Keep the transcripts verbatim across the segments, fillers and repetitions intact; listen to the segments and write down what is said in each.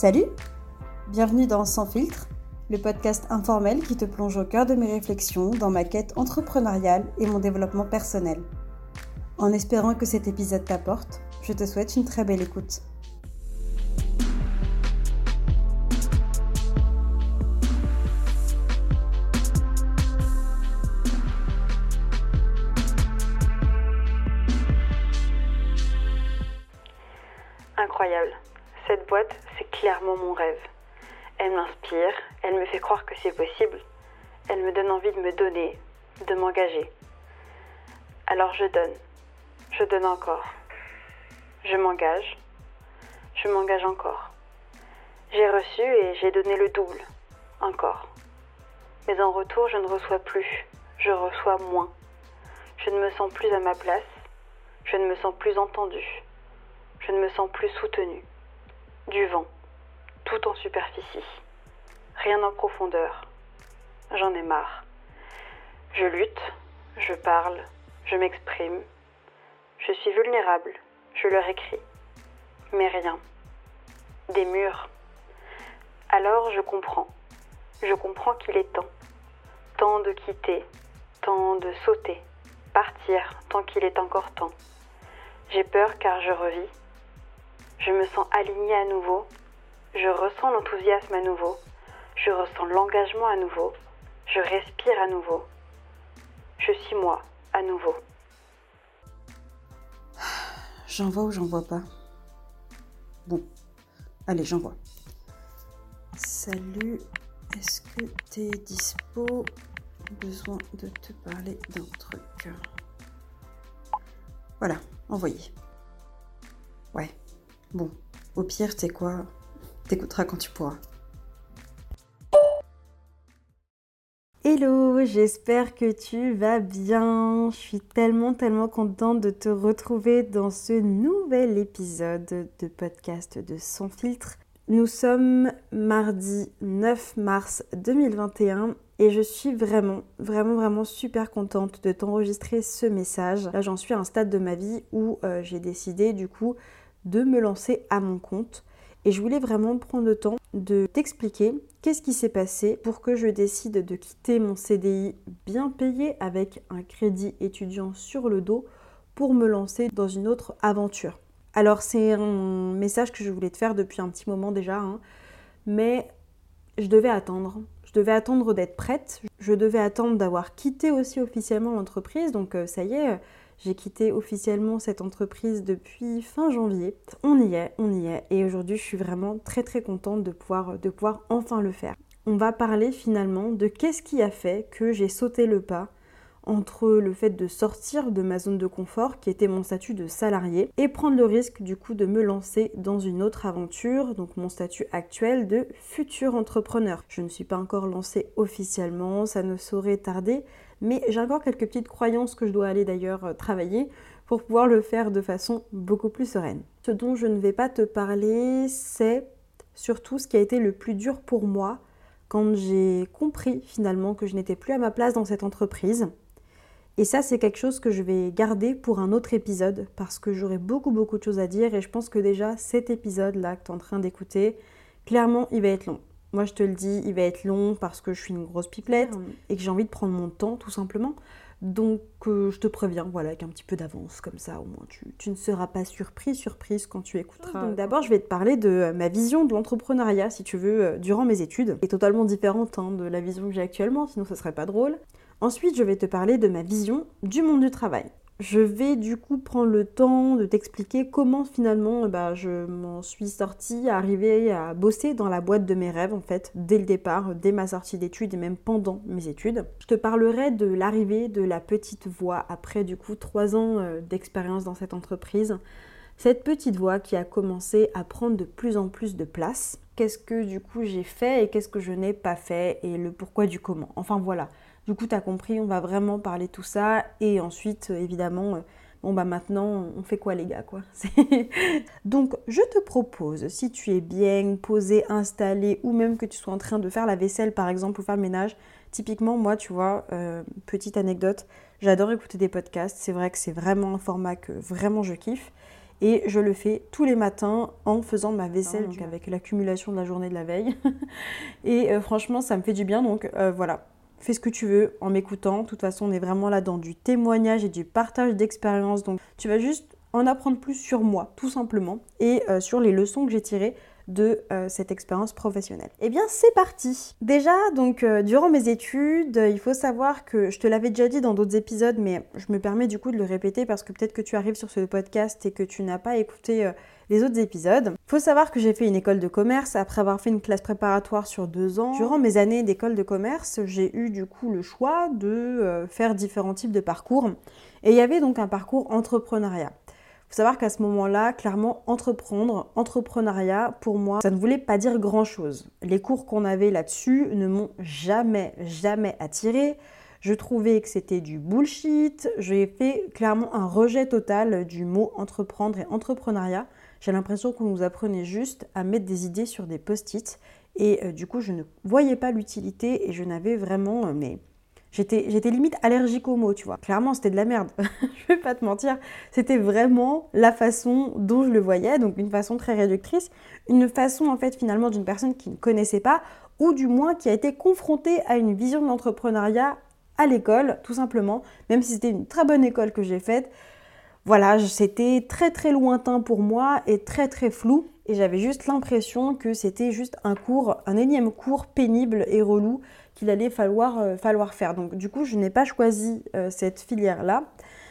Salut! Bienvenue dans Sans filtre, le podcast informel qui te plonge au cœur de mes réflexions dans ma quête entrepreneuriale et mon développement personnel. En espérant que cet épisode t'apporte, je te souhaite une très belle écoute. Incroyable. Cette boîte, c'est clairement mon rêve. Elle m'inspire, elle me fait croire que c'est possible. Elle me donne envie de me donner, de m'engager. Alors je donne. Je donne encore. Je m'engage. Je m'engage encore. J'ai reçu et j'ai donné le double. Encore. Mais en retour, je ne reçois plus. Je reçois moins. Je ne me sens plus à ma place. Je ne me sens plus entendue. Je ne me sens plus soutenue. Du vent, tout en superficie. Rien en profondeur. J'en ai marre. Je lutte, je parle, je m'exprime. Je suis vulnérable, je leur écris. Mais rien. Des murs. Alors je comprends. Je comprends qu'il est temps. Temps de quitter, temps de sauter, partir tant qu'il est encore temps. J'ai peur car je revis. Je me sens alignée à nouveau, je ressens l'enthousiasme à nouveau, je ressens l'engagement à nouveau, je respire à nouveau, je suis moi à nouveau. J'en vois ou j'en vois pas? Bon, allez, j'en vois. Salut, est-ce que t'es dispo? Besoin de te parler d'un truc. Voilà, envoyé. Ouais. Bon, au pire, tu sais quoi, t'écouteras quand tu pourras. Hello, j'espère que tu vas bien. Je suis tellement, tellement contente de te retrouver dans ce nouvel épisode de podcast de Sans filtre. Nous sommes mardi neuf mars deux mille vingt et un et je suis vraiment, vraiment, vraiment super contente de t'enregistrer ce message. Là, j'en suis à un stade de ma vie où euh, j'ai décidé du coup de me lancer à mon compte et je voulais vraiment prendre le temps de t'expliquer qu'est-ce qui s'est passé pour que je décide de quitter mon C D I bien payé avec un crédit étudiant sur le dos pour me lancer dans une autre aventure. Alors c'est un message que je voulais te faire depuis un petit moment déjà, hein, mais je devais attendre. Je devais attendre d'être prête, je devais attendre d'avoir quitté aussi officiellement l'entreprise, donc euh, ça y est, j'ai quitté officiellement cette entreprise depuis fin janvier. On y est, on y est. Et aujourd'hui, je suis vraiment très très contente de pouvoir, de pouvoir enfin le faire. On va parler finalement de qu'est-ce qui a fait que j'ai sauté le pas entre le fait de sortir de ma zone de confort, qui était mon statut de salarié, et prendre le risque du coup de me lancer dans une autre aventure, donc mon statut actuel de futur entrepreneur. Je ne suis pas encore lancée officiellement, ça ne saurait tarder, mais j'ai encore quelques petites croyances que je dois aller d'ailleurs travailler pour pouvoir le faire de façon beaucoup plus sereine. Ce dont je ne vais pas te parler, c'est surtout ce qui a été le plus dur pour moi quand j'ai compris finalement que je n'étais plus à ma place dans cette entreprise. Et ça, c'est quelque chose que je vais garder pour un autre épisode parce que j'aurai beaucoup, beaucoup de choses à dire et je pense que déjà, cet épisode-là que tu es en train d'écouter, clairement, il va être long. Moi, je te le dis, il va être long parce que je suis une grosse pipelette et que j'ai envie de prendre mon temps, tout simplement. Donc, euh, je te préviens, voilà, avec un petit peu d'avance, comme ça, au moins, tu, tu ne seras pas surpris, surprise quand tu écouteras. Donc, d'abord, je vais te parler de ma vision de l'entrepreneuriat, si tu veux, durant mes études. Elle est totalement différente hein, de la vision que j'ai actuellement, sinon ça serait pas drôle. Ensuite, je vais te parler de ma vision du monde du travail. Je vais du coup prendre le temps de t'expliquer comment finalement bah, je m'en suis sortie, arrivée à bosser dans la boîte de mes rêves en fait, dès le départ, dès ma sortie d'études et même pendant mes études. Je te parlerai de l'arrivée de la petite voix après du coup trois ans d'expérience dans cette entreprise. Cette petite voix qui a commencé à prendre de plus en plus de place. Qu'est-ce que du coup j'ai fait et qu'est-ce que je n'ai pas fait et le pourquoi du comment. Enfin voilà. Du coup, tu as compris, on va vraiment parler de tout ça. Et ensuite, évidemment, bon bah maintenant, on fait quoi les gars quoi. Donc, je te propose, si tu es bien posé, installé, ou même que tu sois en train de faire la vaisselle par exemple, ou faire le ménage, typiquement moi, tu vois, euh, petite anecdote, j'adore écouter des podcasts. C'est vrai que c'est vraiment un format que vraiment je kiffe. Et je le fais tous les matins en faisant ma vaisselle, donc avec l'accumulation de la journée de la veille. Et euh, franchement, ça me fait du bien. Donc euh, voilà, fais ce que tu veux en m'écoutant. De toute façon, on est vraiment là dans du témoignage et du partage d'expérience. Donc tu vas juste en apprendre plus sur moi, tout simplement, et euh, sur les leçons que j'ai tirées de euh, cette expérience professionnelle. Eh bien, c'est parti. Déjà, donc, euh, durant mes études, il faut savoir que je te l'avais déjà dit dans d'autres épisodes, mais je me permets du coup de le répéter parce que peut-être que tu arrives sur ce podcast et que tu n'as pas écouté euh, les autres épisodes. Il faut savoir que j'ai fait une école de commerce après avoir fait une classe préparatoire sur deux ans. Durant mes années d'école de commerce, j'ai eu du coup le choix de euh, faire différents types de parcours. Et il y avait donc un parcours entrepreneuriat. Il faut savoir qu'à ce moment-là, clairement, entreprendre, entrepreneuriat, pour moi, ça ne voulait pas dire grand-chose. Les cours qu'on avait là-dessus ne m'ont jamais, jamais attiré. Je trouvais que c'était du bullshit. J'ai fait clairement un rejet total du mot entreprendre et entrepreneuriat. J'ai l'impression qu'on nous apprenait juste à mettre des idées sur des post-it. Et euh, du coup, je ne voyais pas l'utilité et je n'avais vraiment... Euh, mais... J'étais, j'étais limite allergique aux mots, tu vois. Clairement, c'était de la merde. Je vais pas te mentir. C'était vraiment la façon dont je le voyais, donc une façon très réductrice, une façon en fait finalement d'une personne qui ne connaissait pas, ou du moins qui a été confrontée à une vision de l'entrepreneuriat à l'école, tout simplement, même si c'était une très bonne école que j'ai faite. Voilà, c'était très très lointain pour moi et très très flou. Et j'avais juste l'impression que c'était juste un cours, un énième cours pénible et relou qu'il allait falloir, euh, falloir faire. Donc du coup, je n'ai pas choisi euh, cette filière-là.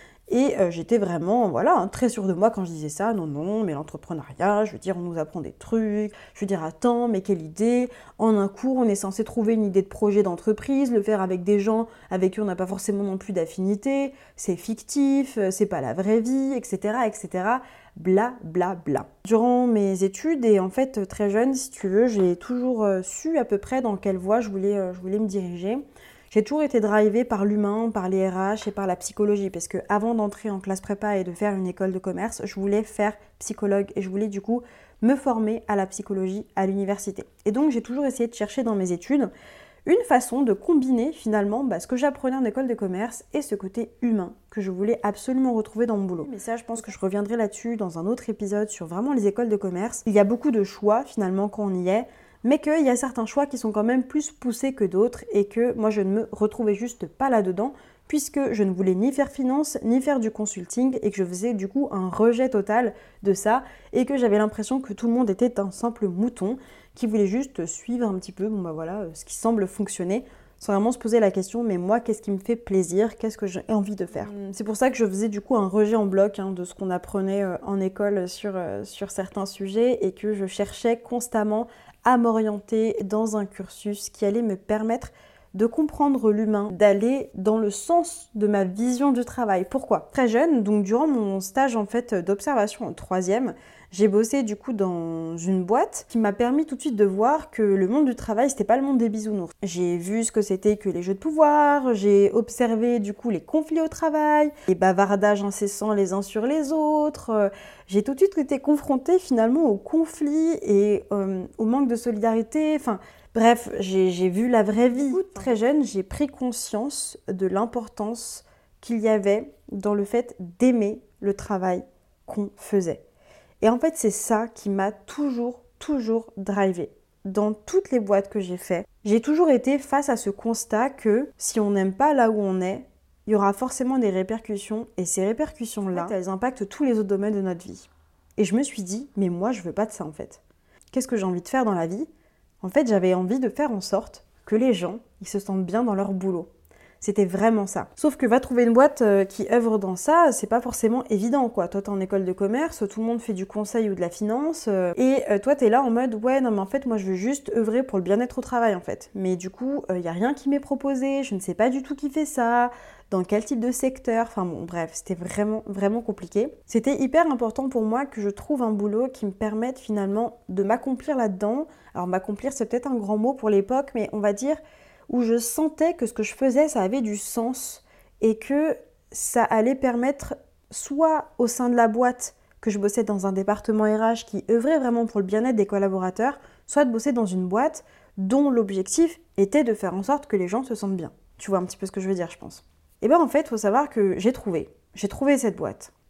Et euh, j'étais vraiment, voilà, hein, très sûre de moi quand je disais ça. Non, non, mais l'entrepreneuriat, je veux dire, on nous apprend des trucs. Je veux dire, attends, mais quelle idée. En un cours, on est censé trouver une idée de projet d'entreprise, le faire avec des gens avec qui on n'a pas forcément non plus d'affinité. C'est fictif, c'est pas la vraie vie, et cetera, et cetera. Bla, bla, bla. Durant mes études, et en fait, très jeune, si tu veux, j'ai toujours euh, su à peu près dans quelle voie je voulais, euh, je voulais me diriger. J'ai toujours été drivée par l'humain, par les R H et par la psychologie parce que avant d'entrer en classe prépa et de faire une école de commerce, je voulais faire psychologue et je voulais du coup me former à la psychologie à l'université. Et donc j'ai toujours essayé de chercher dans mes études une façon de combiner finalement bah, ce que j'apprenais en école de commerce et ce côté humain que je voulais absolument retrouver dans mon boulot. Mais ça, je pense que je reviendrai là-dessus dans un autre épisode sur vraiment les écoles de commerce. Il y a beaucoup de choix finalement quand on y est, mais qu'il y a certains choix qui sont quand même plus poussés que d'autres et que moi je ne me retrouvais juste pas là-dedans puisque je ne voulais ni faire finance ni faire du consulting et que je faisais du coup un rejet total de ça et que j'avais l'impression que tout le monde était un simple mouton qui voulait juste suivre un petit peu bon bah voilà, ce qui semble fonctionner sans vraiment se poser la question mais moi qu'est-ce qui me fait plaisir, qu'est-ce que j'ai envie de faire. C'est pour ça que je faisais du coup un rejet en bloc hein, de ce qu'on apprenait euh, en école sur, euh, sur certains sujets et que je cherchais constamment à m'orienter dans un cursus qui allait me permettre de comprendre l'humain, d'aller dans le sens de ma vision du travail. Pourquoi ? Très jeune, donc durant mon stage en fait d'observation en troisième, j'ai bossé du coup dans une boîte qui m'a permis tout de suite de voir que le monde du travail, c'était pas le monde des bisounours. J'ai vu ce que c'était que les jeux de pouvoir, j'ai observé du coup les conflits au travail, les bavardages incessants les uns sur les autres. J'ai tout de suite été confrontée finalement aux conflits et euh, au manque de solidarité. Enfin, bref, j'ai, j'ai vu la vraie vie. Très jeune, j'ai pris conscience de l'importance qu'il y avait dans le fait d'aimer le travail qu'on faisait. Et en fait, c'est ça qui m'a toujours, toujours drivée. Dans toutes les boîtes que j'ai fait, j'ai toujours été face à ce constat que si on n'aime pas là où on est, il y aura forcément des répercussions. Et ces répercussions-là, en fait, elles impactent tous les autres domaines de notre vie. Et je me suis dit, mais moi, je veux pas de ça en fait. Qu'est-ce que j'ai envie de faire dans la vie ? En fait, j'avais envie de faire en sorte que les gens, ils se sentent bien dans leur boulot. C'était vraiment ça. Sauf que va trouver une boîte euh, qui œuvre dans ça, c'est pas forcément évident, quoi. Toi, t'es en école de commerce, tout le monde fait du conseil ou de la finance, euh, et euh, toi, t'es là en mode, ouais, non, mais en fait, moi, je veux juste œuvrer pour le bien-être au travail, en fait. Mais du coup, il euh, y a rien qui m'est proposé, je ne sais pas du tout qui fait ça, dans quel type de secteur, enfin bon, bref, c'était vraiment, vraiment compliqué. C'était hyper important pour moi que je trouve un boulot qui me permette finalement de m'accomplir là-dedans. Alors, m'accomplir, c'est peut-être un grand mot pour l'époque, mais on va dire où je sentais que ce que je faisais, ça avait du sens et que ça allait permettre soit au sein de la boîte que je bossais dans un département R H qui œuvrait vraiment pour le bien-être des collaborateurs, soit de bosser dans une boîte dont l'objectif était de faire en sorte que les gens se sentent bien. Tu vois un petit peu ce que je veux dire, je pense. Et bien en fait, il faut savoir que j'ai trouvé. J'ai trouvé cette boîte.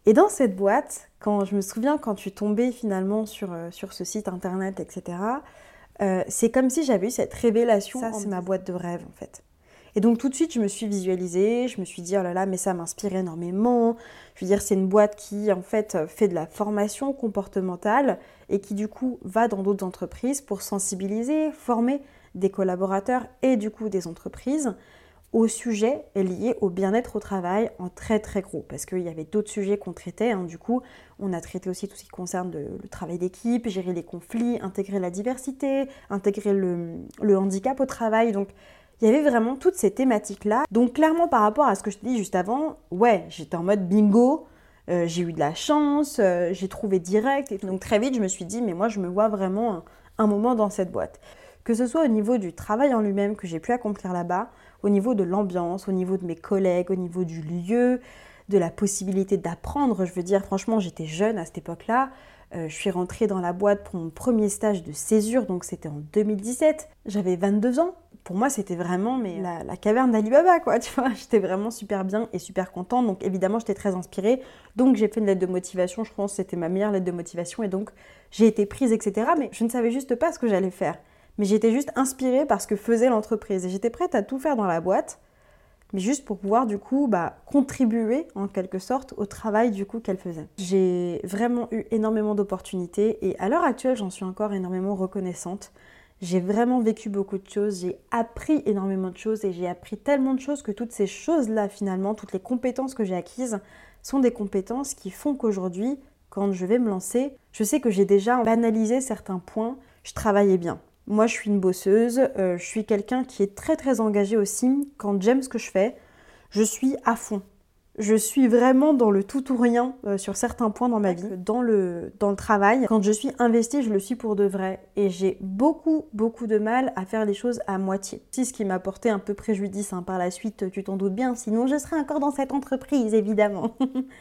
Et dans cette boîte, quand je me souviens quand tu tombais finalement sur, euh, sur ce site internet, et cetera, euh, c'est comme si j'avais eu cette révélation. Ça, c'est ma boîte de rêve en fait. Et donc tout de suite, je me suis visualisée, je me suis dit, oh là là, mais ça m'inspire énormément. Je veux dire, c'est une boîte qui, en fait, fait de la formation comportementale et qui, du coup, va dans d'autres entreprises pour sensibiliser, former des collaborateurs et, du coup, des entreprises au sujet lié au bien-être au travail en très, très gros. Parce qu'il y avait d'autres sujets qu'on traitait. Hein. Du coup, on a traité aussi tout ce qui concerne le, le travail d'équipe, gérer les conflits, intégrer la diversité, intégrer le, le handicap au travail. Donc, il y avait vraiment toutes ces thématiques-là. Donc clairement, par rapport à ce que je te dis juste avant, ouais, j'étais en mode bingo, euh, j'ai eu de la chance, euh, j'ai trouvé direct. Et donc très vite, je me suis dit, mais moi, je me vois vraiment un, un moment dans cette boîte. Que ce soit au niveau du travail en lui-même que j'ai pu accomplir là-bas, au niveau de l'ambiance, au niveau de mes collègues, au niveau du lieu, de la possibilité d'apprendre. Je veux dire, franchement, j'étais jeune à cette époque-là. Euh, je suis rentrée dans la boîte pour mon premier stage de césure, donc c'était en deux mille dix-sept. J'avais vingt-deux ans. Pour moi, c'était vraiment mais la, la caverne d'Ali Baba, quoi, tu vois. J'étais vraiment super bien et super contente. Donc évidemment, j'étais très inspirée. Donc j'ai fait une lettre de motivation. Je pense que c'était ma meilleure lettre de motivation. Et donc, j'ai été prise, et cetera. Mais je ne savais juste pas ce que j'allais faire. Mais j'étais juste inspirée par ce que faisait l'entreprise. Et j'étais prête à tout faire dans la boîte, mais juste pour pouvoir du coup bah, contribuer en quelque sorte au travail du coup qu'elle faisait. J'ai vraiment eu énormément d'opportunités et à l'heure actuelle, j'en suis encore énormément reconnaissante. J'ai vraiment vécu beaucoup de choses, j'ai appris énormément de choses et j'ai appris tellement de choses que toutes ces choses-là finalement, toutes les compétences que j'ai acquises sont des compétences qui font qu'aujourd'hui, quand je vais me lancer, je sais que j'ai déjà banalisé certains points, je travaillais bien. Moi, je suis une bosseuse, euh, je suis quelqu'un qui est très très engagé aussi. Quand j'aime ce que je fais, je suis à fond. Je suis vraiment dans le tout ou rien euh, sur certains points dans ma vie. Dans le, dans le travail, quand je suis investie, je le suis pour de vrai. Et j'ai beaucoup, beaucoup de mal à faire les choses à moitié. C'est ce qui m'a porté un peu préjudice hein, par la suite, tu t'en doutes bien. Sinon, je serais encore dans cette entreprise, évidemment.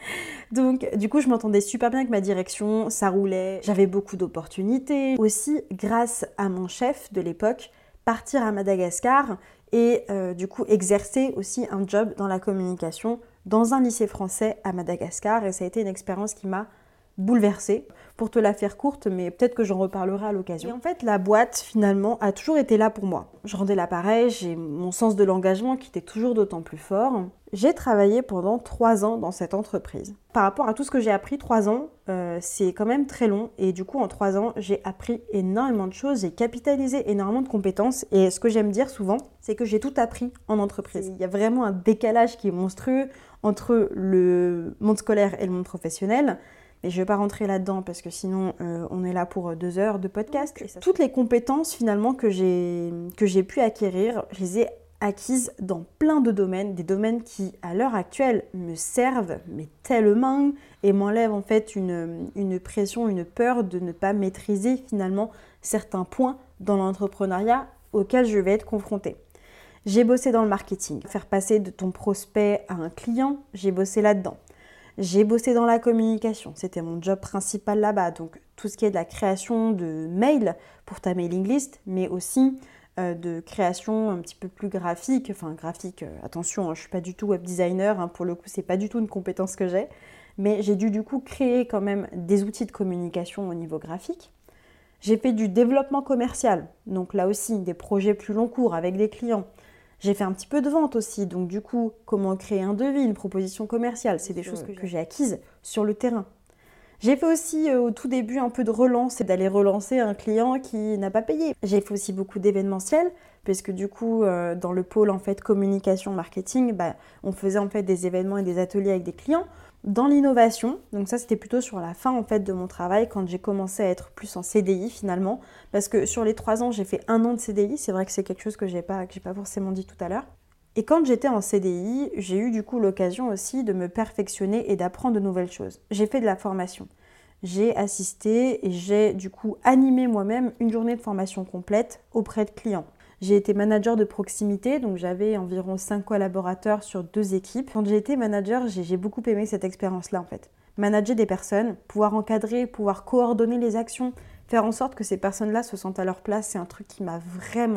Donc, du coup, je m'entendais super bien avec ma direction. Ça roulait. J'avais beaucoup d'opportunités. Aussi, grâce à mon chef de l'époque, partir à Madagascar et euh, du coup, exercer aussi un job dans la communication dans un lycée français à Madagascar et ça a été une expérience qui m'a bouleversée. Pour te la faire courte, mais peut-être que j'en reparlerai à l'occasion. Et en fait, la boîte, finalement, a toujours été là pour moi. Je rendais l'appareil, j'ai mon sens de l'engagement qui était toujours d'autant plus fort. J'ai travaillé pendant trois ans dans cette entreprise. Par rapport à tout ce que j'ai appris, trois ans, euh, c'est quand même très long. Et du coup, en trois ans, j'ai appris énormément de choses, j'ai capitalisé énormément de compétences. Et ce que j'aime dire souvent, c'est que j'ai tout appris en entreprise. Il y a vraiment un décalage qui est monstrueux entre le monde scolaire et le monde professionnel. Mais je ne vais pas rentrer là-dedans parce que sinon euh, on est là pour deux heures de podcast. Okay, toutes les compétences finalement que j'ai, que j'ai pu acquérir, je les ai acquises dans plein de domaines, des domaines qui à l'heure actuelle me servent mais tellement et m'enlèvent en fait une, une pression, une peur de ne pas maîtriser finalement certains points dans l'entrepreneuriat auxquels je vais être confrontée. J'ai bossé dans le marketing, faire passer de ton prospect à un client, j'ai bossé là-dedans. J'ai bossé dans la communication, c'était mon job principal là-bas, donc tout ce qui est de la création de mails pour ta mailing list, mais aussi euh, de création un petit peu plus graphique, enfin graphique, euh, attention, hein, je ne suis pas du tout web designer, hein, pour le coup c'est pas du tout une compétence que j'ai, mais j'ai dû du coup créer quand même des outils de communication au niveau graphique. J'ai fait du développement commercial, donc là aussi des projets plus long cours avec des clients. J'ai fait un petit peu de vente aussi, donc du coup, comment créer un devis, une proposition commerciale, c'est des choses que, que j'ai acquises sur le terrain. J'ai fait aussi euh, au tout début un peu de relance, c'est d'aller relancer un client qui n'a pas payé. J'ai fait aussi beaucoup d'événementiels, parce que du coup, euh, dans le pôle en fait communication marketing, bah, on faisait en fait des événements et des ateliers avec des clients. Dans l'innovation, donc ça c'était plutôt sur la fin en fait de mon travail quand j'ai commencé à être plus en C D I finalement, parce que sur les trois ans j'ai fait un an de C D I, c'est vrai que c'est quelque chose que j'ai pas, que j'ai pas forcément dit tout à l'heure. Et quand j'étais en C D I, j'ai eu du coup l'occasion aussi de me perfectionner et d'apprendre de nouvelles choses. J'ai fait de la formation, j'ai assisté et j'ai du coup animé moi-même une journée de formation complète auprès de clients. J'ai été manager de proximité, donc j'avais environ cinq collaborateurs sur deux équipes. Quand j'ai été manager, j'ai, j'ai beaucoup aimé cette expérience-là en fait. Manager des personnes, pouvoir encadrer, pouvoir coordonner les actions, faire en sorte que ces personnes-là se sentent à leur place, c'est un truc qui m'a vraiment,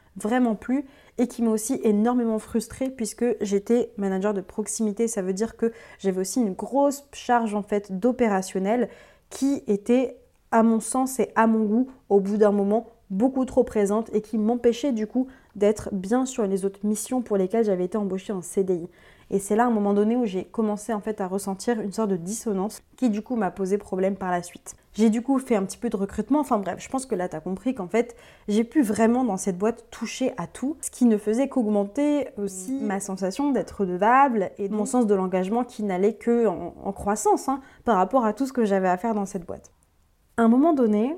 vraiment plus et qui m'a aussi énormément frustrée puisque j'étais manager de proximité. Ça veut dire que j'avais aussi une grosse charge en fait d'opérationnel qui était à mon sens et à mon goût au bout d'un moment beaucoup trop présente et qui m'empêchait du coup d'être bien sur les autres missions pour lesquelles j'avais été embauchée en C D I. Et c'est là à un moment donné où j'ai commencé en fait à ressentir une sorte de dissonance qui du coup m'a posé problème par la suite. J'ai du coup fait un petit peu de recrutement, enfin bref, je pense que là tu as compris qu'en fait j'ai pu vraiment dans cette boîte toucher à tout, ce qui ne faisait qu'augmenter aussi ma sensation d'être redevable et mon sens de l'engagement qui n'allait que en, en croissance hein, par rapport à tout ce que j'avais à faire dans cette boîte. À un moment donné,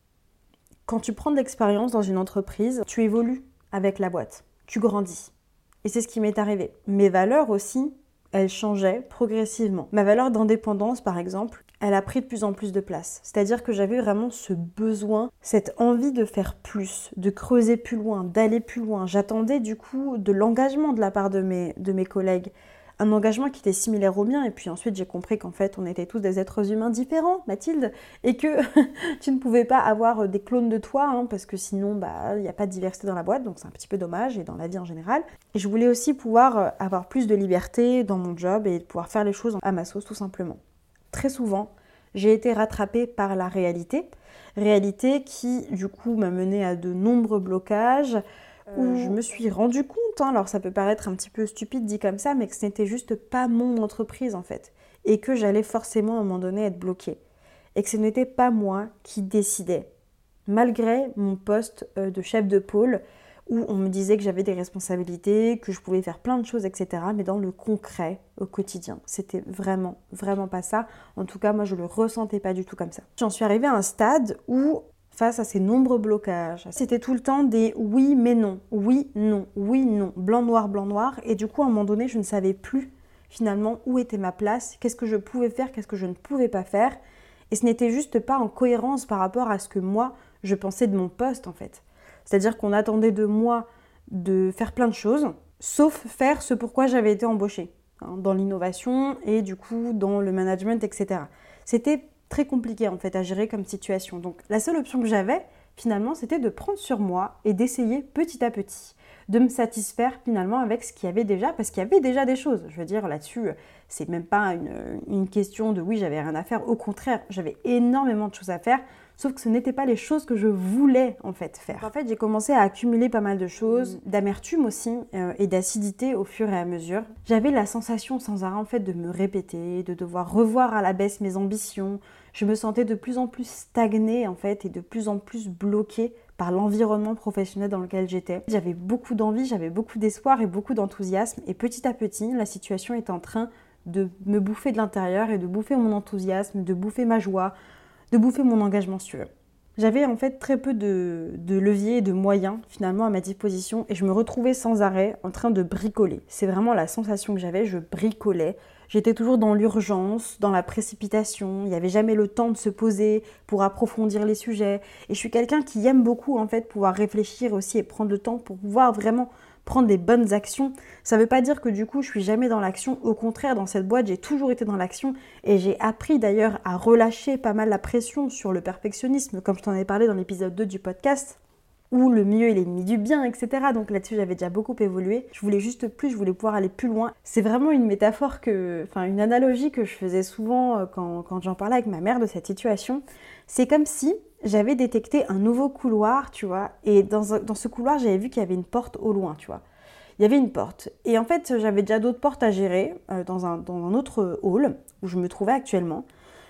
quand tu prends de l'expérience dans une entreprise, tu évolues avec la boîte, tu grandis. Et c'est ce qui m'est arrivé. Mes valeurs aussi, elles changeaient progressivement. Ma valeur d'indépendance, par exemple, elle a pris de plus en plus de place. C'est-à-dire que j'avais vraiment ce besoin, cette envie de faire plus, de creuser plus loin, d'aller plus loin. J'attendais du coup de l'engagement de la part de mes, de mes collègues. Un engagement qui était similaire au mien, et puis ensuite j'ai compris qu'en fait on était tous des êtres humains différents, Mathilde, et que tu ne pouvais pas avoir des clones de toi, hein, parce que sinon bah il n'y a pas de diversité dans la boîte, donc c'est un petit peu dommage, et dans la vie en général. Et je voulais aussi pouvoir avoir plus de liberté dans mon job et pouvoir faire les choses à ma sauce tout simplement. Très souvent, j'ai été rattrapée par la réalité, réalité qui du coup m'a menée à de nombreux blocages, où je me suis rendu compte, hein, alors ça peut paraître un petit peu stupide dit comme ça, mais que ce n'était juste pas mon entreprise en fait, et que j'allais forcément à un moment donné être bloquée, et que ce n'était pas moi qui décidais, malgré mon poste de chef de pôle, où on me disait que j'avais des responsabilités, que je pouvais faire plein de choses, et cetera, mais dans le concret, au quotidien, c'était vraiment, vraiment pas ça. En tout cas, moi, je le ressentais pas du tout comme ça. J'en suis arrivée à un stade où face à ces nombreux blocages, c'était tout le temps des oui mais non, oui, non, oui, non, blanc, noir, blanc, noir. Et du coup, à un moment donné, je ne savais plus finalement où était ma place, qu'est-ce que je pouvais faire, qu'est-ce que je ne pouvais pas faire. Et ce n'était juste pas en cohérence par rapport à ce que moi, je pensais de mon poste en fait. C'est-à-dire qu'on attendait de moi de faire plein de choses, sauf faire ce pourquoi j'avais été embauchée, hein, dans l'innovation et du coup dans le management, et cetera. C'était très compliqué en fait à gérer comme situation. Donc la seule option que j'avais finalement c'était de prendre sur moi et d'essayer petit à petit de me satisfaire finalement avec ce qu'il y avait déjà, parce qu'il y avait déjà des choses. Je veux dire là-dessus, c'est même pas une, une question de oui j'avais rien à faire, au contraire j'avais énormément de choses à faire, sauf que ce n'étaient pas les choses que je voulais en fait faire. Donc, en fait j'ai commencé à accumuler pas mal de choses, d'amertume aussi euh, et d'acidité au fur et à mesure. J'avais la sensation sans arrêt en fait de me répéter, de devoir revoir à la baisse mes ambitions. Je me sentais de plus en plus stagnée en fait et de plus en plus bloquée par l'environnement professionnel dans lequel j'étais. J'avais beaucoup d'envie, j'avais beaucoup d'espoir et beaucoup d'enthousiasme, et petit à petit la situation est en train de me bouffer de l'intérieur et de bouffer mon enthousiasme, de bouffer ma joie, de bouffer mon engagement si tu veux. J'avais en fait très peu de, de leviers et de moyens finalement à ma disposition, et je me retrouvais sans arrêt en train de bricoler. C'est vraiment la sensation que j'avais, je bricolais. J'étais toujours dans l'urgence, dans la précipitation, il n'y avait jamais le temps de se poser pour approfondir les sujets. Et je suis quelqu'un qui aime beaucoup en fait pouvoir réfléchir aussi et prendre le temps pour pouvoir vraiment prendre des bonnes actions. Ça ne veut pas dire que du coup je suis jamais dans l'action, au contraire dans cette boîte j'ai toujours été dans l'action, et j'ai appris d'ailleurs à relâcher pas mal la pression sur le perfectionnisme, comme je t'en ai parlé dans l'épisode deux du podcast, où le mieux est l'ennemi du bien, et cetera. Donc là-dessus j'avais déjà beaucoup évolué. Je voulais juste plus, je voulais pouvoir aller plus loin. C'est vraiment une métaphore, que, enfin une analogie que je faisais souvent quand, quand j'en parlais avec ma mère de cette situation. C'est comme si j'avais détecté un nouveau couloir, tu vois, et dans, dans ce couloir j'avais vu qu'il y avait une porte au loin, tu vois. Il y avait une porte, et en fait j'avais déjà d'autres portes à gérer euh, dans, un, dans un autre hall où je me trouvais actuellement.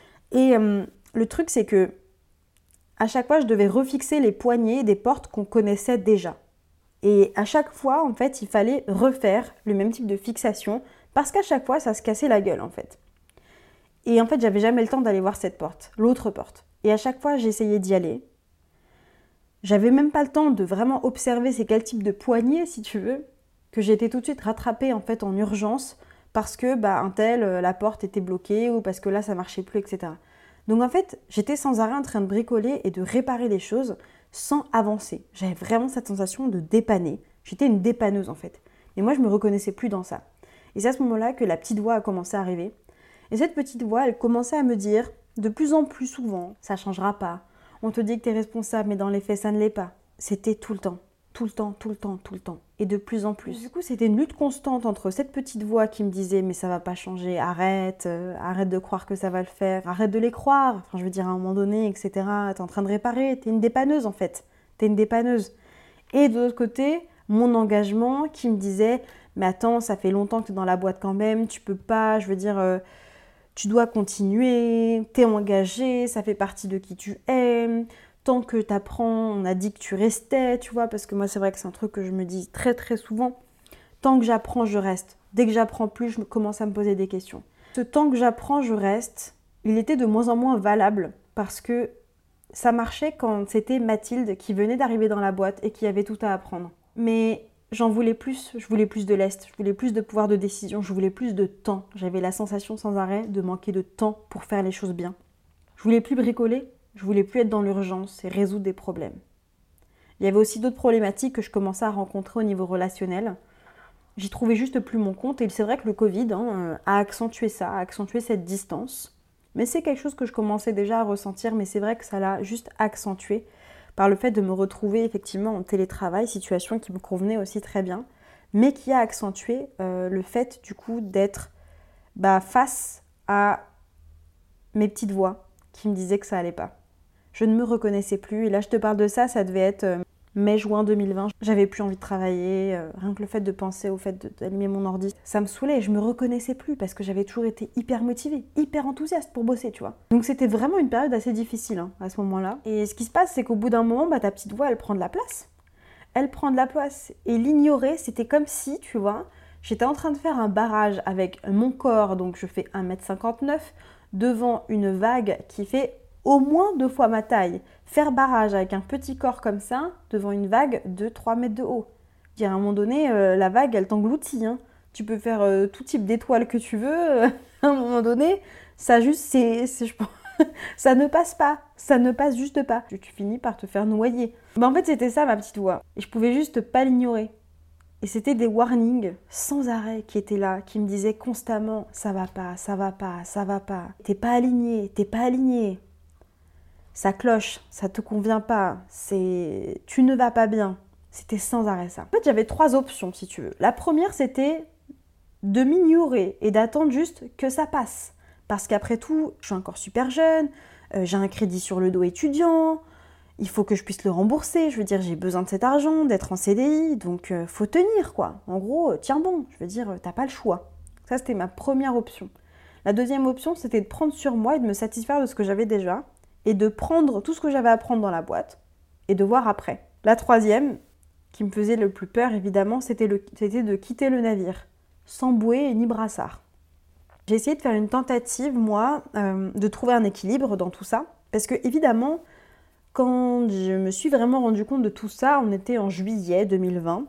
Et euh, le truc c'est que à chaque fois, je devais refixer les poignées des portes qu'on connaissait déjà. Et à chaque fois, en fait, il fallait refaire le même type de fixation, parce qu'à chaque fois, ça se cassait la gueule, en fait. Et en fait, j'avais jamais le temps d'aller voir cette porte, l'autre porte. Et à chaque fois, j'essayais d'y aller. J'avais même pas le temps de vraiment observer c'est quel type de poignée, si tu veux, que j'ai été tout de suite rattrapée, en fait, en urgence, parce que, bah, un tel, la porte était bloquée, ou parce que là, ça marchait plus, et cetera. Donc en fait, j'étais sans arrêt en train de bricoler et de réparer les choses sans avancer. J'avais vraiment cette sensation de dépanner. J'étais une dépanneuse en fait. Mais moi, je ne me reconnaissais plus dans ça. Et c'est à ce moment-là que la petite voix a commencé à arriver. Et cette petite voix, elle commençait à me dire de plus en plus souvent, ça ne changera pas. On te dit que tu es responsable, mais dans les faits, ça ne l'est pas. C'était tout le temps. tout le temps, tout le temps, tout le temps, et de plus en plus. Du coup, c'était une lutte constante entre cette petite voix qui me disait « mais ça va pas changer, arrête, euh, arrête de croire que ça va le faire, arrête de les croire », enfin je veux dire à un moment donné, et cetera. T'es en train de réparer, t'es une dépanneuse en fait, t'es une dépanneuse. Et de l'autre côté, mon engagement qui me disait « mais attends, ça fait longtemps que t'es dans la boîte quand même, tu peux pas, je veux dire... Euh, tu dois continuer, t'es engagé, ça fait partie de qui tu es. Tant que t'apprends, on a dit que tu restais, tu vois, parce que moi, c'est vrai que c'est un truc que je me dis très, très souvent. Tant que j'apprends, je reste. Dès que j'apprends plus, je commence à me poser des questions. Ce temps que j'apprends, je reste, il était de moins en moins valable parce que ça marchait quand c'était Mathilde qui venait d'arriver dans la boîte et qui avait tout à apprendre. Mais... j'en voulais plus, je voulais plus de lest, je voulais plus de pouvoir de décision, je voulais plus de temps. J'avais la sensation sans arrêt de manquer de temps pour faire les choses bien. Je voulais plus bricoler, je voulais plus être dans l'urgence et résoudre des problèmes. Il y avait aussi d'autres problématiques que je commençais à rencontrer au niveau relationnel. J'y trouvais juste plus mon compte et c'est vrai que le Covid hein, a accentué ça, a accentué cette distance. Mais c'est quelque chose que je commençais déjà à ressentir, mais c'est vrai que ça l'a juste accentué par le fait de me retrouver effectivement en télétravail, situation qui me convenait aussi très bien, mais qui a accentué euh, le fait du coup d'être bah, face à mes petites voix qui me disaient que ça allait pas. Je ne me reconnaissais plus et là je te parle de ça, ça devait être euh, mai-juin deux mille vingt. J'avais plus envie de travailler, euh, rien que le fait de penser au fait d'allumer mon ordi, ça me saoulait, je me reconnaissais plus parce que j'avais toujours été hyper motivée, hyper enthousiaste pour bosser, tu vois. Donc c'était vraiment une période assez difficile hein, à ce moment-là. Et ce qui se passe, c'est qu'au bout d'un moment, bah, ta petite voix, elle prend de la place. Elle prend de la place. Et l'ignorer, c'était comme si, tu vois, j'étais en train de faire un barrage avec mon corps, donc je fais un mètre cinquante-neuf, devant une vague qui fait au moins deux fois ma taille. Faire barrage avec un petit corps comme ça, devant une vague de trois mètres de haut. Je veux dire, à un moment donné, euh, la vague, elle t'engloutit. Hein. Tu peux faire euh, tout type d'étoiles que tu veux. Euh, à un moment donné, ça juste, c'est, c'est je pense, ça ne passe pas. Ça ne passe juste pas. Tu, tu finis par te faire noyer. Mais en fait, c'était ça, ma petite voix. Et je pouvais juste pas l'ignorer. Et c'était des warnings sans arrêt qui étaient là, qui me disaient constamment « ça va pas, ça va pas, ça va pas. T'es pas aligné, t'es pas aligné. » Ça cloche, ça te convient pas, c'est tu ne vas pas bien. C'était sans arrêt ça. En fait, j'avais trois options si tu veux. La première, c'était de m'ignorer et d'attendre juste que ça passe. Parce qu'après tout, je suis encore super jeune, euh, j'ai un crédit sur le dos étudiant, il faut que je puisse le rembourser. Je veux dire, j'ai besoin de cet argent, d'être en C D I, donc euh, faut tenir quoi. En gros, tiens bon, je veux dire, t'as pas le choix. Ça, c'était ma première option. La deuxième option, c'était de prendre sur moi et de me satisfaire de ce que j'avais déjà. Et de prendre tout ce que j'avais à prendre dans la boîte et de voir après. La troisième, qui me faisait le plus peur évidemment, c'était, le, c'était de quitter le navire, sans bouée ni brassard. J'ai essayé de faire une tentative, moi, euh, de trouver un équilibre dans tout ça, parce que évidemment, quand je me suis vraiment rendu compte de tout ça, on était en juillet deux mille vingt,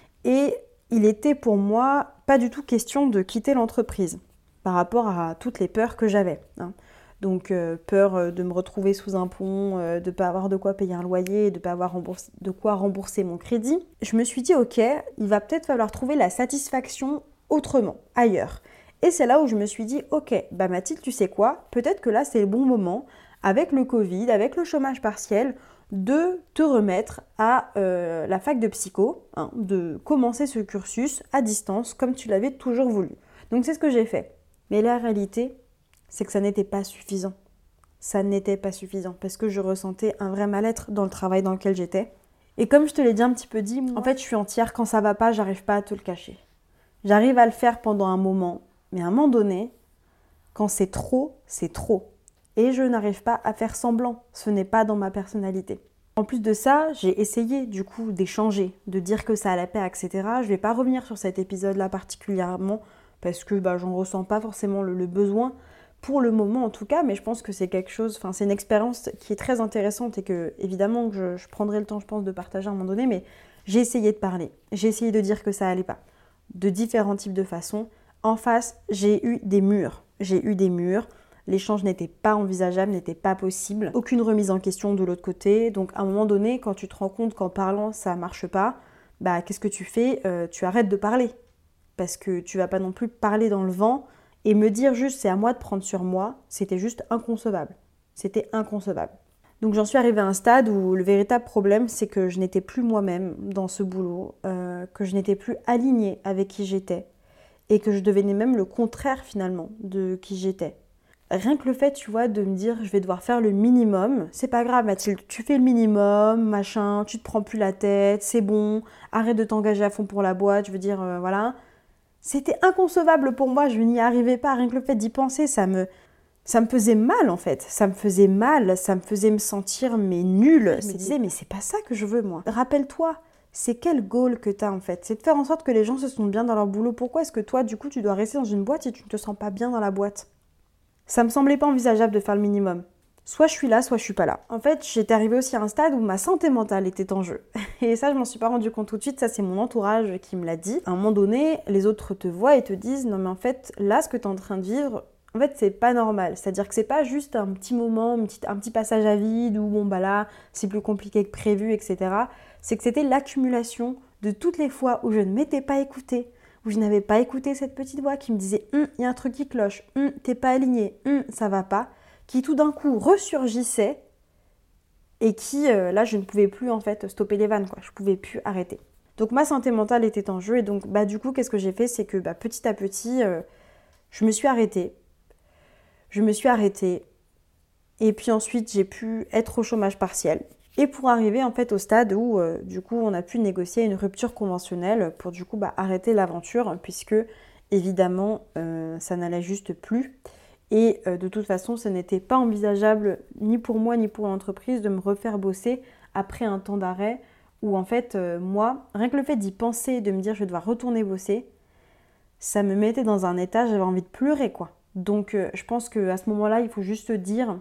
et il était pour moi pas du tout question de quitter l'entreprise, par rapport à toutes les peurs que j'avais, hein. Donc euh, peur de me retrouver sous un pont, euh, de ne pas avoir de quoi payer un loyer, de ne pas avoir remboursé, de quoi rembourser mon crédit. Je me suis dit ok, il va peut-être falloir trouver la satisfaction autrement, ailleurs. Et c'est là où je me suis dit ok, bah Mathilde, tu sais quoi, peut-être que là c'est le bon moment, avec le Covid, avec le chômage partiel, de te remettre à euh, la fac de psycho, hein, de commencer ce cursus à distance comme tu l'avais toujours voulu. Donc c'est ce que j'ai fait. Mais la réalité, c'est que ça n'était pas suffisant. Ça n'était pas suffisant parce que je ressentais un vrai mal-être dans le travail dans lequel j'étais. Et comme je te l'ai dit un petit peu dit, moi, en fait, je suis entière. Quand ça va pas, j'arrive pas à te le cacher. J'arrive à le faire pendant un moment, mais à un moment donné, quand c'est trop, c'est trop. Et je n'arrive pas à faire semblant. Ce n'est pas dans ma personnalité. En plus de ça, j'ai essayé du coup d'échanger, de dire que ça allait pas, et cetera. Je vais pas revenir sur cet épisode-là particulièrement parce que bah, j'en ressens pas forcément le, le besoin. Pour le moment en tout cas, mais je pense que c'est quelque chose, enfin c'est une expérience qui est très intéressante et que évidemment que je, je prendrai le temps je pense de partager à un moment donné, mais j'ai essayé de parler, j'ai essayé de dire que ça allait pas, de différents types de façons. En face, j'ai eu des murs, j'ai eu des murs, l'échange n'était pas envisageable, n'était pas possible, aucune remise en question de l'autre côté, donc à un moment donné, quand tu te rends compte qu'en parlant ça marche pas, bah qu'est-ce que tu fais ? euh, Tu arrêtes de parler, parce que tu vas pas non plus parler dans le vent. Et me dire juste c'est à moi de prendre sur moi, c'était juste inconcevable. C'était inconcevable. Donc j'en suis arrivée à un stade où le véritable problème, c'est que je n'étais plus moi-même dans ce boulot, euh, que je n'étais plus alignée avec qui j'étais et que je devenais même le contraire finalement de qui j'étais. Rien que le fait, tu vois, de me dire je vais devoir faire le minimum, c'est pas grave Mathilde, tu fais le minimum, machin, tu te prends plus la tête, c'est bon, arrête de t'engager à fond pour la boîte, je veux dire, euh, voilà. C'était inconcevable pour moi, je n'y arrivais pas, rien que le fait d'y penser, ça me... Ça me faisait mal en fait, ça me faisait mal, ça me faisait me sentir mais nulle. Je me disais mais c'est pas ça que je veux moi. Rappelle-toi, c'est quel goal que t'as en fait? C'est de faire en sorte que les gens se sentent bien dans leur boulot. Pourquoi est-ce que toi du coup tu dois rester dans une boîte si tu ne te sens pas bien dans la boîte? Ça me semblait pas envisageable de faire le minimum. Soit je suis là, soit je suis pas là. En fait, j'étais arrivée aussi à un stade où ma santé mentale était en jeu. Et ça, je m'en suis pas rendu compte tout de suite, ça c'est mon entourage qui me l'a dit. À un moment donné, les autres te voient et te disent non mais en fait, là ce que t'es en train de vivre, en fait, c'est pas normal. C'est-à-dire que c'est pas juste un petit moment, un petit, un petit passage à vide où, bon, bah là, c'est plus compliqué que prévu, et cetera. C'est que c'était l'accumulation de toutes les fois où je ne m'étais pas écoutée, où je n'avais pas écouté cette petite voix qui me disait hum, il y a un truc qui cloche, hum, t'es pas aligné, hum, ça va pas, qui tout d'un coup ressurgissait et qui, euh, là, je ne pouvais plus, en fait, stopper les vannes, quoi. Je pouvais plus arrêter. Donc, ma santé mentale était en jeu et donc, bah, du coup, qu'est-ce que j'ai fait? C'est que, bah, petit à petit, euh, je me suis arrêtée. Je me suis arrêtée et puis ensuite j'ai pu être au chômage partiel et pour arriver en fait au stade où euh, du coup on a pu négocier une rupture conventionnelle pour du coup bah, arrêter l'aventure puisque évidemment euh, ça n'allait juste plus et euh, de toute façon ce n'était pas envisageable ni pour moi ni pour l'entreprise de me refaire bosser après un temps d'arrêt où en fait euh, moi rien que le fait d'y penser, de me dire je vais devoir retourner bosser, ça me mettait dans un état, j'avais envie de pleurer quoi. Donc euh, je pense qu'à ce moment-là, il faut juste dire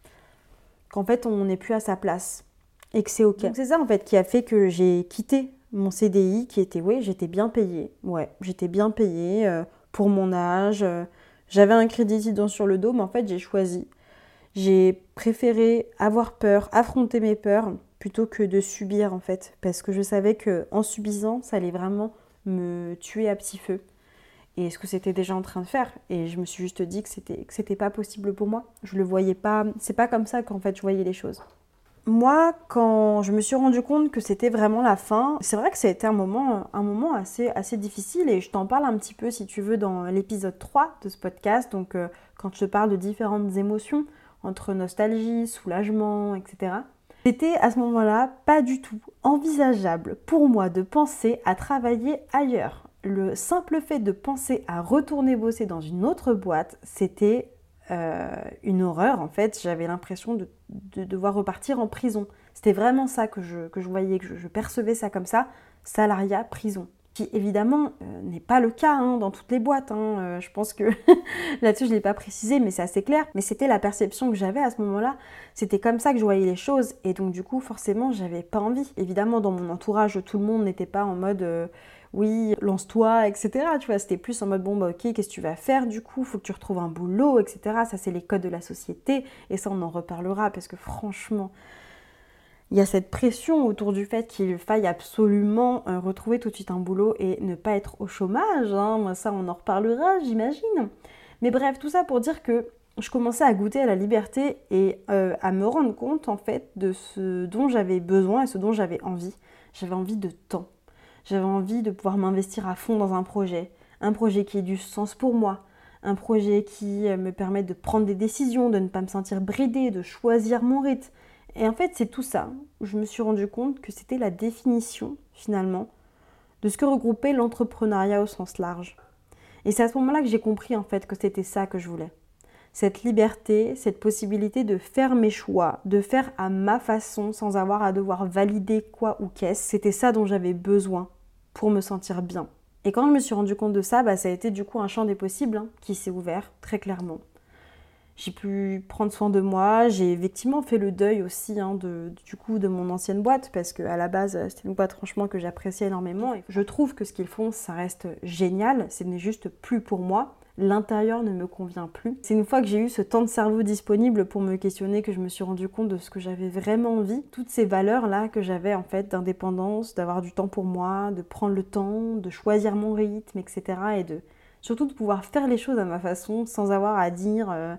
qu'en fait, on n'est plus à sa place et que c'est ok. Donc c'est ça en fait qui a fait que j'ai quitté mon C D I qui était, oui, j'étais bien payée. Ouais, j'étais bien payée euh, pour mon âge. Euh, j'avais un crédit étudiant sur le dos, mais en fait, j'ai choisi. J'ai préféré avoir peur, affronter mes peurs plutôt que de subir en fait. Parce que je savais qu'en subissant, ça allait vraiment me tuer à petit feu. Et ce que c'était déjà en train de faire. Et je me suis juste dit que c'était, que c'était pas possible pour moi. Je le voyais pas, c'est pas comme ça qu'en fait je voyais les choses. Moi, quand je me suis rendu compte que c'était vraiment la fin, c'est vrai que ça a été un moment, un moment assez, assez difficile et je t'en parle un petit peu si tu veux dans l'épisode trois de ce podcast. Donc euh, quand je te parle de différentes émotions, entre nostalgie, soulagement, et cetera. C'était à ce moment-là pas du tout envisageable pour moi de penser à travailler ailleurs. Le simple fait de penser à retourner bosser dans une autre boîte, c'était euh, une horreur en fait. J'avais l'impression de, de devoir repartir en prison. C'était vraiment ça que je, que je voyais, que je, je percevais ça comme ça, salariat, prison. Qui évidemment euh, n'est pas le cas hein, dans toutes les boîtes. Hein. Euh, je pense que là-dessus je ne l'ai pas précisé, mais c'est assez clair. Mais c'était la perception que j'avais à ce moment-là. C'était comme ça que je voyais les choses. Et donc du coup, forcément, j'avais pas envie. Évidemment, dans mon entourage, tout le monde n'était pas en mode... Euh, oui, lance-toi, et cetera. Tu vois, c'était plus en mode, bon, bah ok, qu'est-ce que tu vas faire du coup? Faut que tu retrouves un boulot, et cetera. Ça, c'est les codes de la société. Et ça, on en reparlera parce que franchement, il y a cette pression autour du fait qu'il faille absolument euh, retrouver tout de suite un boulot et ne pas être au chômage. Hein. Moi, ça, on en reparlera, j'imagine. Mais bref, tout ça pour dire que je commençais à goûter à la liberté et euh, à me rendre compte, en fait, de ce dont j'avais besoin et ce dont j'avais envie. J'avais envie de temps. J'avais envie de pouvoir m'investir à fond dans un projet, un projet qui ait du sens pour moi, un projet qui me permette de prendre des décisions, de ne pas me sentir bridée, de choisir mon rythme. Et en fait, c'est tout ça où je me suis rendu compte que c'était la définition, finalement, de ce que regroupait l'entrepreneuriat au sens large. Et c'est à ce moment-là que j'ai compris, en fait, que c'était ça que je voulais. Cette liberté, cette possibilité de faire mes choix, de faire à ma façon sans avoir à devoir valider quoi ou qu'est-ce, c'était ça dont j'avais besoin pour me sentir bien. Et quand je me suis rendu compte de ça, bah, ça a été du coup un champ des possibles hein, qui s'est ouvert très clairement. J'ai pu prendre soin de moi, j'ai effectivement fait le deuil aussi hein, de, du coup de mon ancienne boîte parce qu'à la base c'était une boîte franchement que j'appréciais énormément et je trouve que ce qu'ils font ça reste génial, ce n'est juste plus pour moi. L'intérieur ne me convient plus. C'est une fois que j'ai eu ce temps de cerveau disponible pour me questionner que je me suis rendu compte de ce que j'avais vraiment envie. Toutes ces valeurs-là que j'avais en fait d'indépendance, d'avoir du temps pour moi, de prendre le temps, de choisir mon rythme, et cetera. Et de surtout de pouvoir faire les choses à ma façon sans avoir à dire euh,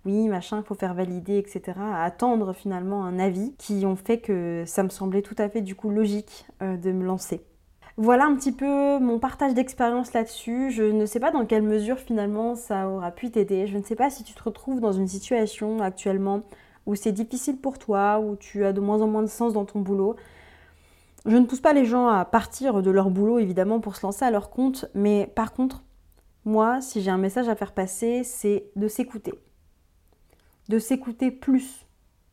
oui, machin, il faut faire valider, et cetera, à attendre finalement un avis qui ont fait que ça me semblait tout à fait du coup logique euh, de me lancer. Voilà un petit peu mon partage d'expérience là-dessus. Je ne sais pas dans quelle mesure finalement ça aura pu t'aider. Je ne sais pas si tu te retrouves dans une situation actuellement où c'est difficile pour toi, où tu as de moins en moins de sens dans ton boulot. Je ne pousse pas les gens à partir de leur boulot évidemment pour se lancer à leur compte, mais par contre, moi, si j'ai un message à faire passer, c'est de s'écouter. De s'écouter plus.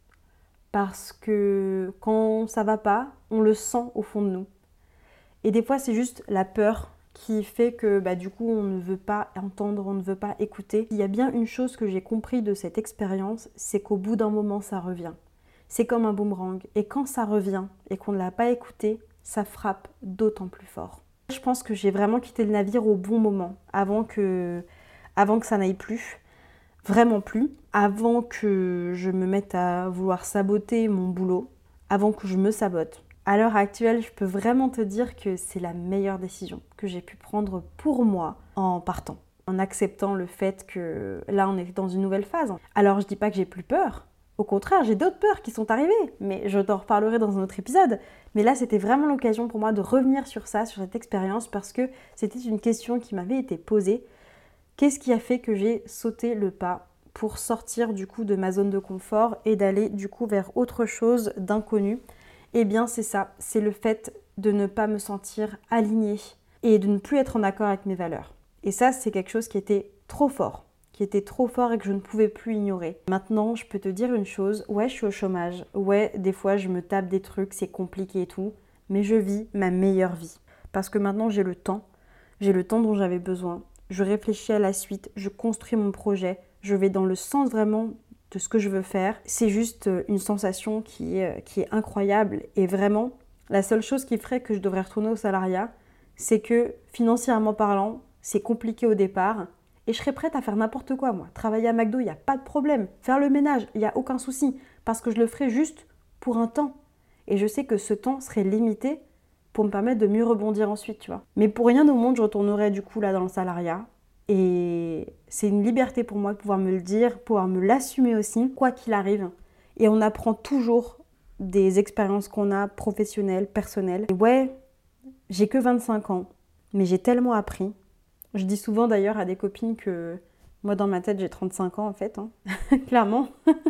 Parce que quand ça va pas, on le sent au fond de nous. Et des fois, c'est juste la peur qui fait que bah, du coup, on ne veut pas entendre, on ne veut pas écouter. Il y a bien une chose que j'ai compris de cette expérience, c'est qu'au bout d'un moment, ça revient. C'est comme un boomerang. Et quand ça revient et qu'on ne l'a pas écouté, ça frappe d'autant plus fort. Je pense que j'ai vraiment quitté le navire au bon moment, avant que, avant que ça n'aille plus. Vraiment plus. Avant que je me mette à vouloir saboter mon boulot. Avant que je me sabote. À l'heure actuelle, je peux vraiment te dire que c'est la meilleure décision que j'ai pu prendre pour moi en partant. En acceptant le fait que là, on est dans une nouvelle phase. Alors, je dis pas que j'ai plus peur. Au contraire, j'ai d'autres peurs qui sont arrivées. Mais je t'en reparlerai dans un autre épisode. Mais là, c'était vraiment l'occasion pour moi de revenir sur ça, sur cette expérience, parce que c'était une question qui m'avait été posée. Qu'est-ce qui a fait que j'ai sauté le pas pour sortir du coup de ma zone de confort et d'aller du coup vers autre chose d'inconnu ? Eh bien c'est ça, c'est le fait de ne pas me sentir alignée et de ne plus être en accord avec mes valeurs. Et ça, c'est quelque chose qui était trop fort, qui était trop fort et que je ne pouvais plus ignorer. Maintenant, je peux te dire une chose, ouais, je suis au chômage, ouais, des fois je me tape des trucs, c'est compliqué et tout, mais je vis ma meilleure vie. Parce que maintenant j'ai le temps, j'ai le temps dont j'avais besoin, je réfléchis à la suite, je construis mon projet, je vais dans le sens vraiment de ce que je veux faire. C'est juste une sensation qui est, qui est incroyable. Et vraiment, la seule chose qui ferait que je devrais retourner au salariat, c'est que financièrement parlant, c'est compliqué au départ. Et je serais prête à faire n'importe quoi, moi. Travailler à McDo, il n'y a pas de problème. Faire le ménage, il n'y a aucun souci. Parce que je le ferais juste pour un temps. Et je sais que ce temps serait limité pour me permettre de mieux rebondir ensuite, tu vois. Mais pour rien au monde, je retournerais du coup là dans le salariat. Et c'est une liberté pour moi de pouvoir me le dire, pouvoir me l'assumer aussi, quoi qu'il arrive. Et on apprend toujours des expériences qu'on a professionnelles, personnelles. Et ouais, j'ai que vingt-cinq ans, mais j'ai tellement appris. Je dis souvent d'ailleurs à des copines que moi dans ma tête j'ai trente-cinq ans en fait, hein. Clairement.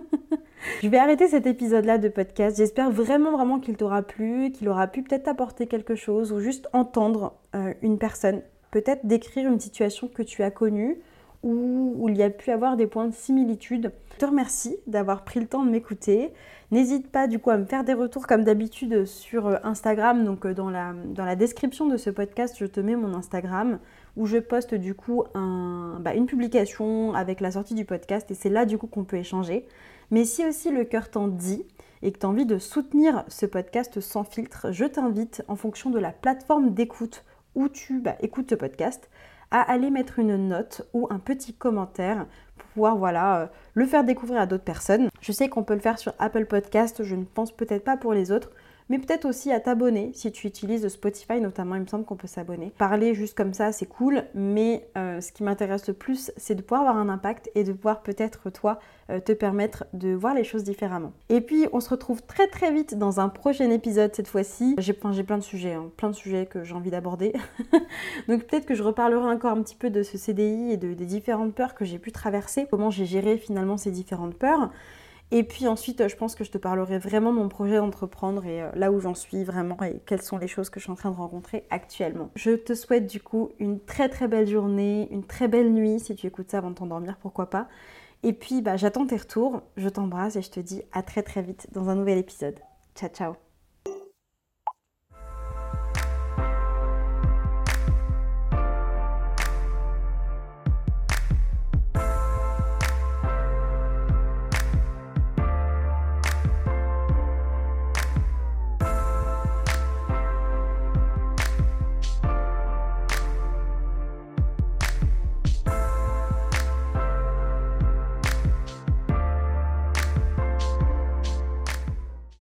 Je vais arrêter cet épisode-là de podcast. J'espère vraiment vraiment qu'il t'aura plu, qu'il aura pu peut-être t'apporter quelque chose ou juste entendre euh, une personne. Peut-être décrire une situation que tu as connue ou où il y a pu avoir des points de similitude. Je te remercie d'avoir pris le temps de m'écouter. N'hésite pas du coup à me faire des retours comme d'habitude sur Instagram. Donc dans la, dans la description de ce podcast, je te mets mon Instagram où je poste du coup un, bah, une publication avec la sortie du podcast et c'est là du coup qu'on peut échanger. Mais si aussi le cœur t'en dit et que tu as envie de soutenir ce podcast sans filtre, je t'invite en fonction de la plateforme d'écoute où tu bah, écoutes ce podcast, à aller mettre une note ou un petit commentaire pour pouvoir voilà, euh, le faire découvrir à d'autres personnes. Je sais qu'on peut le faire sur Apple Podcast, je ne pense peut-être pas pour les autres, mais peut-être aussi à t'abonner si tu utilises Spotify notamment, il me semble qu'on peut s'abonner. Parler juste comme ça, c'est cool, mais euh, ce qui m'intéresse le plus, c'est de pouvoir avoir un impact et de pouvoir peut-être toi euh, te permettre de voir les choses différemment. Et puis on se retrouve très très vite dans un prochain épisode cette fois-ci. J'ai, enfin, j'ai plein de sujets, hein, plein de sujets que j'ai envie d'aborder. Donc peut-être que je reparlerai encore un petit peu de ce C D I et de, des différentes peurs que j'ai pu traverser, comment j'ai géré finalement ces différentes peurs. Et puis ensuite, je pense que je te parlerai vraiment de mon projet d'entreprendre et là où j'en suis vraiment et quelles sont les choses que je suis en train de rencontrer actuellement. Je te souhaite du coup une très très belle journée, une très belle nuit si tu écoutes ça avant de t'endormir, pourquoi pas. Et puis bah, j'attends tes retours, je t'embrasse et je te dis à très très vite dans un nouvel épisode. Ciao ciao.